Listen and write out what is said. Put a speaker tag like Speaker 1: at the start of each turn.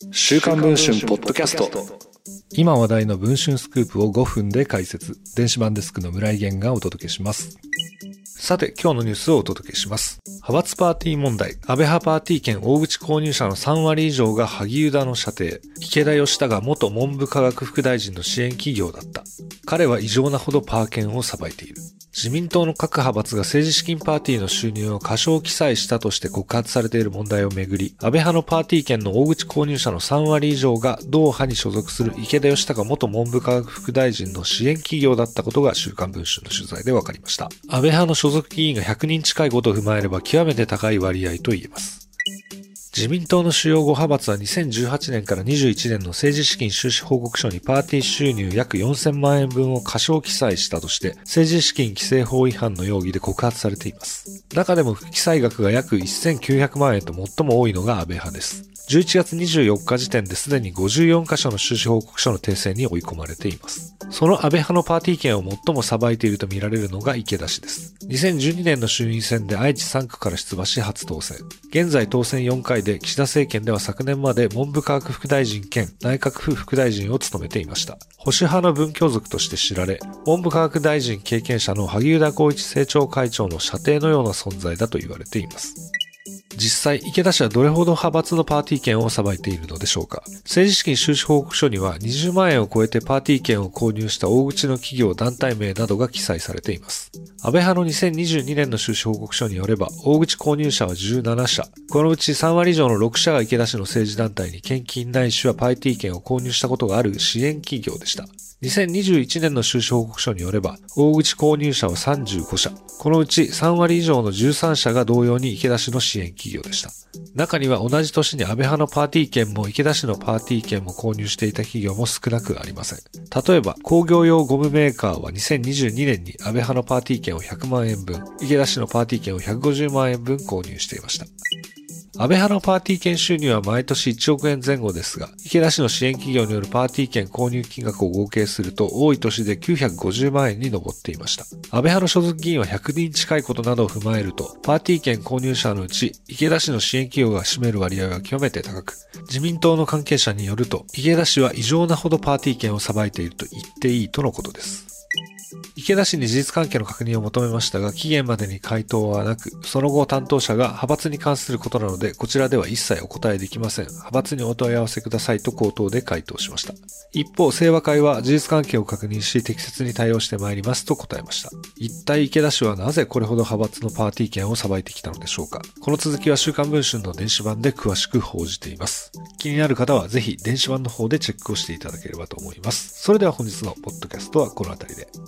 Speaker 1: 週刊文春ポッドキャスト。
Speaker 2: 今話題の文春スクープを5分で解説。電子版デスクの村井源がお届けします。さて、今日のニュースをお届けします。派閥パーティー問題。安倍派パーティー券大口購入者の3割以上が萩生田の射程。池田義孝元文部科学副大臣の支援企業だった。彼は異常なほどパー券をさばいている。自民党の各派閥が政治資金パーティーの収入を過少記載したとして告発されている問題をめぐり、安倍派のパーティー券の大口購入者の3割以上が同派に所属する池田義孝元文部科学副大臣の支援企業だったことが週刊文春の取材で分かりました。安倍派の所属議員が100人近いことを踏まえれば極めて高い割合と言えます。自民党の主要5派閥は2018年から21年の政治資金収支報告書にパーティー収入約4000万円分を過少記載したとして政治資金規正法違反の容疑で告発されています。中でも不記載額が約1900万円と最も多いのが安倍派です。11月24日時点ですでに54カ所の収支報告書の訂正に追い込まれています。その安倍派のパーティー券を最もさばいているとみられるのが池田氏です。2012年の衆院選で愛知3区から出馬し初当選。現在当選4回で岸田政権では昨年まで文部科学副大臣兼内閣府副大臣を務めていました。保守派の文教族として知られ、文部科学大臣経験者の萩生田光一政調会長の射程のような存在だと言われています。実際、池田氏はどれほど派閥のパーティー券をさばいているのでしょうか。政治資金収支報告書には20万円を超えてパーティー券を購入した大口の企業団体名などが記載されています。安倍派の2022年の収支報告書によれば、大口購入者は17社。このうち3割以上の6社が池田氏の政治団体に献金ないしはパーティー券を購入したことがある支援企業でした。2021年の収支報告書によれば、大口購入者は35社。このうち3割以上の13社が同様に池田氏の支援企業でした。中には同じ年に安倍派のパーティー券も池田氏のパーティー券も購入していた企業も少なくありません。例えば、工業用ゴムメーカーは2022年に安倍派のパーティー券を100万円分、池田氏のパーティー券を150万円分購入していました。安倍派のパーティー券収入は毎年1億円前後ですが、池田氏の支援企業によるパーティー券購入金額を合計すると多い年で950万円に上っていました。安倍派の所属議員は100人近いことなどを踏まえると、パーティー券購入者のうち池田氏の支援企業が占める割合は極めて高く、自民党の関係者によると、池田氏は異常なほどパーティー券をさばいていると言っていいとのことです。池田氏に事実関係の確認を求めましたが、期限までに回答はなく、その後担当者が派閥に関することなので、こちらでは一切お答えできません。派閥にお問い合わせくださいと口頭で回答しました。一方、清和会は事実関係を確認し、適切に対応してまいりますと答えました。一体池田氏はなぜこれほど派閥のパーティー券をさばいてきたのでしょうか。この続きは週刊文春の電子版で詳しく報じています。気になる方はぜひ電子版の方でチェックをしていただければと思います。それでは本日のポッドキャストはこの辺りで。